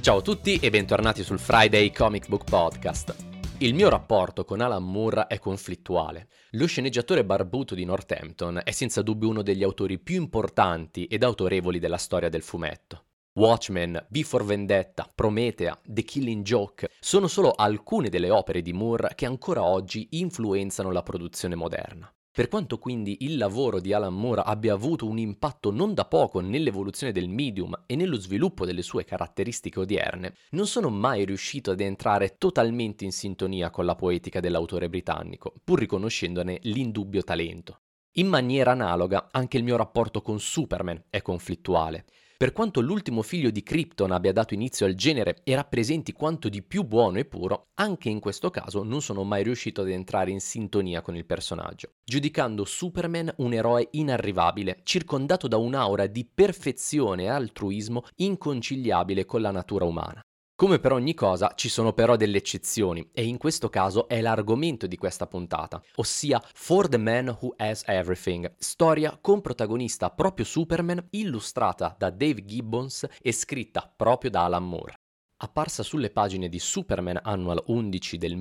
Ciao a tutti e bentornati sul Friday Comic Book Podcast. Il mio rapporto con Alan Moore è conflittuale. Lo sceneggiatore barbuto di Northampton è senza dubbio uno degli autori più importanti ed autorevoli della storia del fumetto. Watchmen, V for Vendetta, Promethea, The Killing Joke sono solo alcune delle opere di Moore che ancora oggi influenzano la produzione moderna. Per quanto quindi il lavoro di Alan Moore abbia avuto un impatto non da poco nell'evoluzione del medium e nello sviluppo delle sue caratteristiche odierne, non sono mai riuscito ad entrare totalmente in sintonia con la poetica dell'autore britannico, pur riconoscendone l'indubbio talento. In maniera analoga, anche il mio rapporto con Superman è conflittuale. Per quanto l'ultimo figlio di Krypton abbia dato inizio al genere e rappresenti quanto di più buono e puro, anche in questo caso non sono mai riuscito ad entrare in sintonia con il personaggio, giudicando Superman un eroe inarrivabile, circondato da un'aura di perfezione e altruismo inconciliabile con la natura umana. Come per ogni cosa, ci sono però delle eccezioni, e in questo caso è l'argomento di questa puntata, ossia For the Man Who Has Everything, storia con protagonista proprio Superman, illustrata da Dave Gibbons e scritta proprio da Alan Moore. Apparsa sulle pagine di Superman Annual 11 del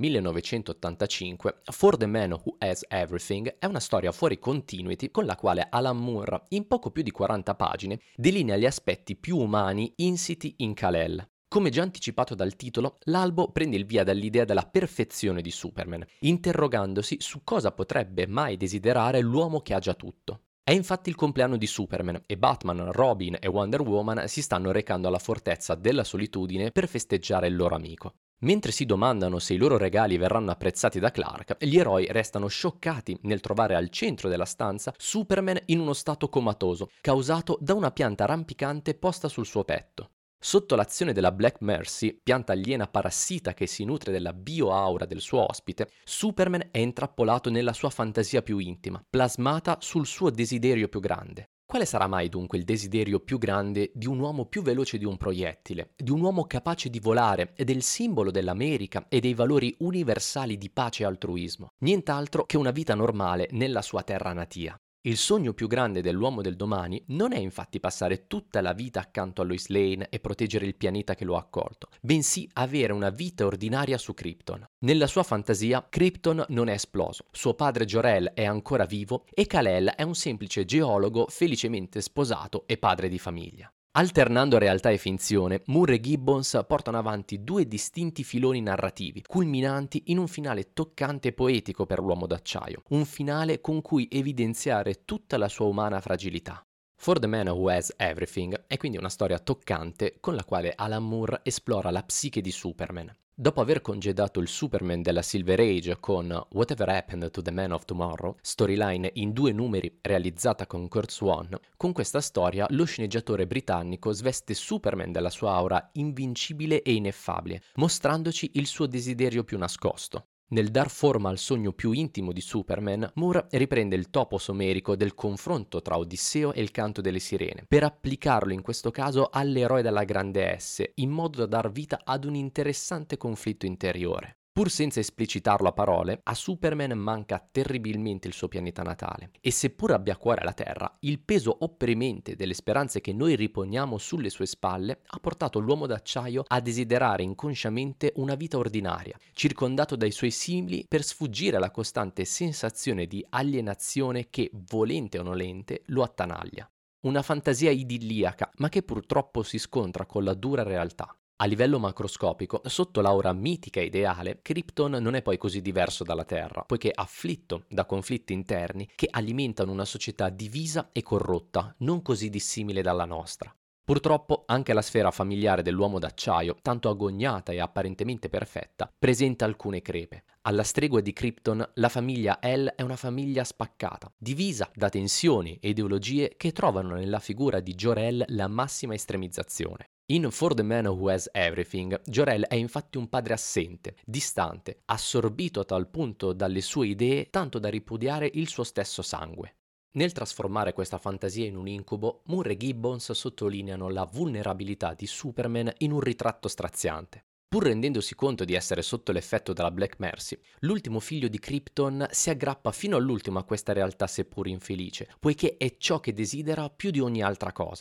1985, For the Man Who Has Everything è una storia fuori continuity con la quale Alan Moore, in poco più di 40 pagine, delinea gli aspetti più umani insiti in Kal-El. Come già anticipato dal titolo, l'albo prende il via dall'idea della perfezione di Superman, interrogandosi su cosa potrebbe mai desiderare l'uomo che ha già tutto. È infatti il compleanno di Superman e Batman, Robin e Wonder Woman si stanno recando alla fortezza della solitudine per festeggiare il loro amico. Mentre si domandano se i loro regali verranno apprezzati da Clark, gli eroi restano scioccati nel trovare al centro della stanza Superman in uno stato comatoso, causato da una pianta rampicante posta sul suo petto. Sotto l'azione della Black Mercy, pianta aliena parassita che si nutre della bioaura del suo ospite, Superman è intrappolato nella sua fantasia più intima, plasmata sul suo desiderio più grande. Quale sarà mai dunque il desiderio più grande di un uomo più veloce di un proiettile, di un uomo capace di volare e del simbolo dell'America e dei valori universali di pace e altruismo? Nient'altro che una vita normale nella sua terra natia. Il sogno più grande dell'uomo del domani non è infatti passare tutta la vita accanto a Lois Lane e proteggere il pianeta che lo ha accolto, bensì avere una vita ordinaria su Krypton. Nella sua fantasia, Krypton non è esploso, suo padre Jor-El è ancora vivo e Kal-El è un semplice geologo felicemente sposato e padre di famiglia. Alternando realtà e finzione, Moore e Gibbons portano avanti due distinti filoni narrativi, culminanti in un finale toccante e poetico per l'uomo d'acciaio, un finale con cui evidenziare tutta la sua umana fragilità. For the Man Who Has Everything è quindi una storia toccante con la quale Alan Moore esplora la psiche di Superman. Dopo aver congedato il Superman della Silver Age con Whatever Happened to the Man of Tomorrow, storyline in 2 numeri realizzata con Curt Swan, con questa storia lo sceneggiatore britannico sveste Superman della sua aura invincibile e ineffabile, mostrandoci il suo desiderio più nascosto. Nel dar forma al sogno più intimo di Superman, Moore riprende il topos omerico del confronto tra Odisseo e il canto delle sirene, per applicarlo in questo caso all'eroe della grande S, in modo da dar vita ad un interessante conflitto interiore. Pur senza esplicitarlo a parole, a Superman manca terribilmente il suo pianeta natale e seppur abbia a cuore la Terra, il peso opprimente delle speranze che noi riponiamo sulle sue spalle ha portato l'uomo d'acciaio a desiderare inconsciamente una vita ordinaria, circondato dai suoi simili per sfuggire alla costante sensazione di alienazione che, volente o nolente, lo attanaglia. Una fantasia idilliaca, ma che purtroppo si scontra con la dura realtà. A livello macroscopico, sotto l'aura mitica e ideale, Krypton non è poi così diverso dalla Terra, poiché afflitto da conflitti interni che alimentano una società divisa e corrotta, non così dissimile dalla nostra. Purtroppo anche la sfera familiare dell'uomo d'acciaio, tanto agognata e apparentemente perfetta, presenta alcune crepe. Alla stregua di Krypton, la famiglia L è una famiglia spaccata, divisa da tensioni e ideologie che trovano nella figura di Jor-El la massima estremizzazione. In For the Man Who Has Everything, Jor-El è infatti un padre assente, distante, assorbito a tal punto dalle sue idee tanto da ripudiare il suo stesso sangue. Nel trasformare questa fantasia in un incubo, Moore e Gibbons sottolineano la vulnerabilità di Superman in un ritratto straziante. Pur rendendosi conto di essere sotto l'effetto della Black Mercy, l'ultimo figlio di Krypton si aggrappa fino all'ultimo a questa realtà seppur infelice, poiché è ciò che desidera più di ogni altra cosa.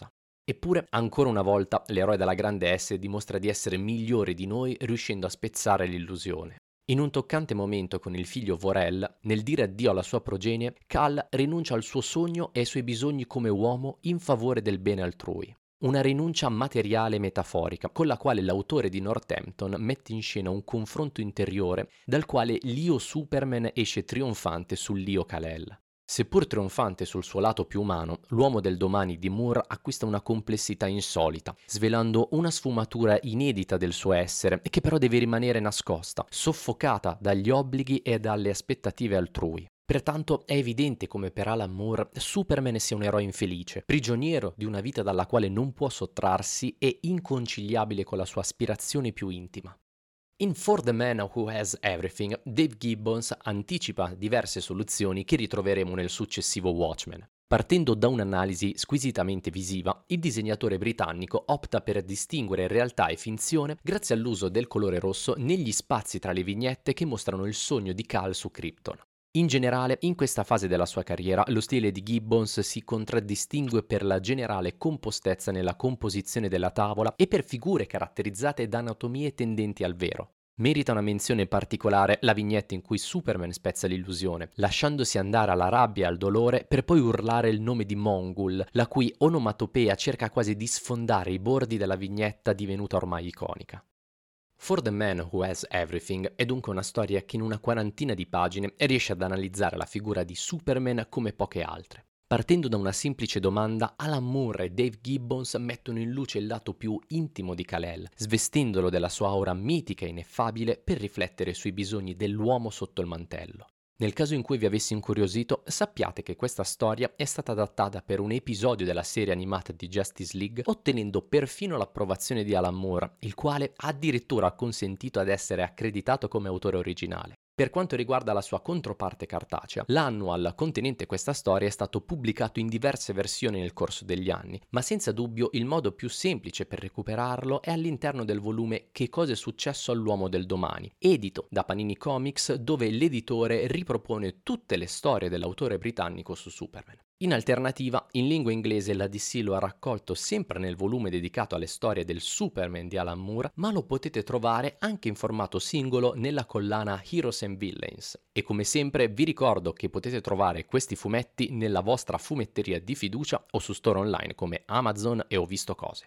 Eppure, ancora una volta, l'eroe della grande S dimostra di essere migliore di noi riuscendo a spezzare l'illusione. In un toccante momento con il figlio Vorel, nel dire addio alla sua progenie, Cal rinuncia al suo sogno e ai suoi bisogni come uomo in favore del bene altrui. Una rinuncia materiale e metaforica, con la quale l'autore di Northampton mette in scena un confronto interiore dal quale l'io Superman esce trionfante sull'io Kal-El. Seppur trionfante sul suo lato più umano, l'uomo del domani di Moore acquista una complessità insolita, svelando una sfumatura inedita del suo essere, che però deve rimanere nascosta, soffocata dagli obblighi e dalle aspettative altrui. Pertanto è evidente come per Alan Moore Superman sia un eroe infelice, prigioniero di una vita dalla quale non può sottrarsi e inconciliabile con la sua aspirazione più intima. In For the Man Who Has Everything, Dave Gibbons anticipa diverse soluzioni che ritroveremo nel successivo Watchmen. Partendo da un'analisi squisitamente visiva, il disegnatore britannico opta per distinguere realtà e finzione grazie all'uso del colore rosso negli spazi tra le vignette che mostrano il sogno di Kal su Krypton. In generale, in questa fase della sua carriera, lo stile di Gibbons si contraddistingue per la generale compostezza nella composizione della tavola e per figure caratterizzate da anatomie tendenti al vero. Merita una menzione particolare la vignetta in cui Superman spezza l'illusione, lasciandosi andare alla rabbia e al dolore per poi urlare il nome di Mongul, la cui onomatopea cerca quasi di sfondare i bordi della vignetta divenuta ormai iconica. For the Man Who Has Everything è dunque una storia che in una quarantina di pagine riesce ad analizzare la figura di Superman come poche altre. Partendo da una semplice domanda, Alan Moore e Dave Gibbons mettono in luce il lato più intimo di Kal-El, svestendolo della sua aura mitica e ineffabile per riflettere sui bisogni dell'uomo sotto il mantello. Nel caso in cui vi avessi incuriosito, sappiate che questa storia è stata adattata per un episodio della serie animata di Justice League, ottenendo perfino l'approvazione di Alan Moore, il quale addirittura ha consentito ad essere accreditato come autore originale. Per quanto riguarda la sua controparte cartacea, l'annual contenente questa storia è stato pubblicato in diverse versioni nel corso degli anni, ma senza dubbio il modo più semplice per recuperarlo è all'interno del volume Che cosa è successo all'uomo del domani, edito da Panini Comics, dove l'editore ripropone tutte le storie dell'autore britannico su Superman. In alternativa, in lingua inglese la DC lo ha raccolto sempre nel volume dedicato alle storie del Superman di Alan Moore, ma lo potete trovare anche in formato singolo nella collana Heroes and Villains. E come sempre vi ricordo che potete trovare questi fumetti nella vostra fumetteria di fiducia o su store online come Amazon e Ho Visto Cose.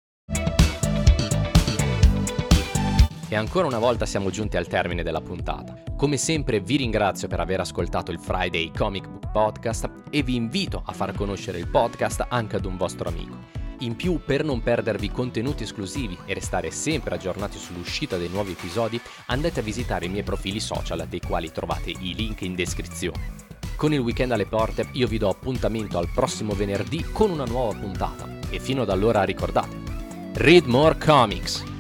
E ancora una volta siamo giunti al termine della puntata. Come sempre vi ringrazio per aver ascoltato il Friday Comic Book Podcast e vi invito a far conoscere il podcast anche ad un vostro amico. In più, per non perdervi contenuti esclusivi e restare sempre aggiornati sull'uscita dei nuovi episodi, andate a visitare i miei profili social, dei quali trovate i link in descrizione. Con il weekend alle porte, io vi do appuntamento al prossimo venerdì con una nuova puntata. E fino ad allora ricordate, read more comics!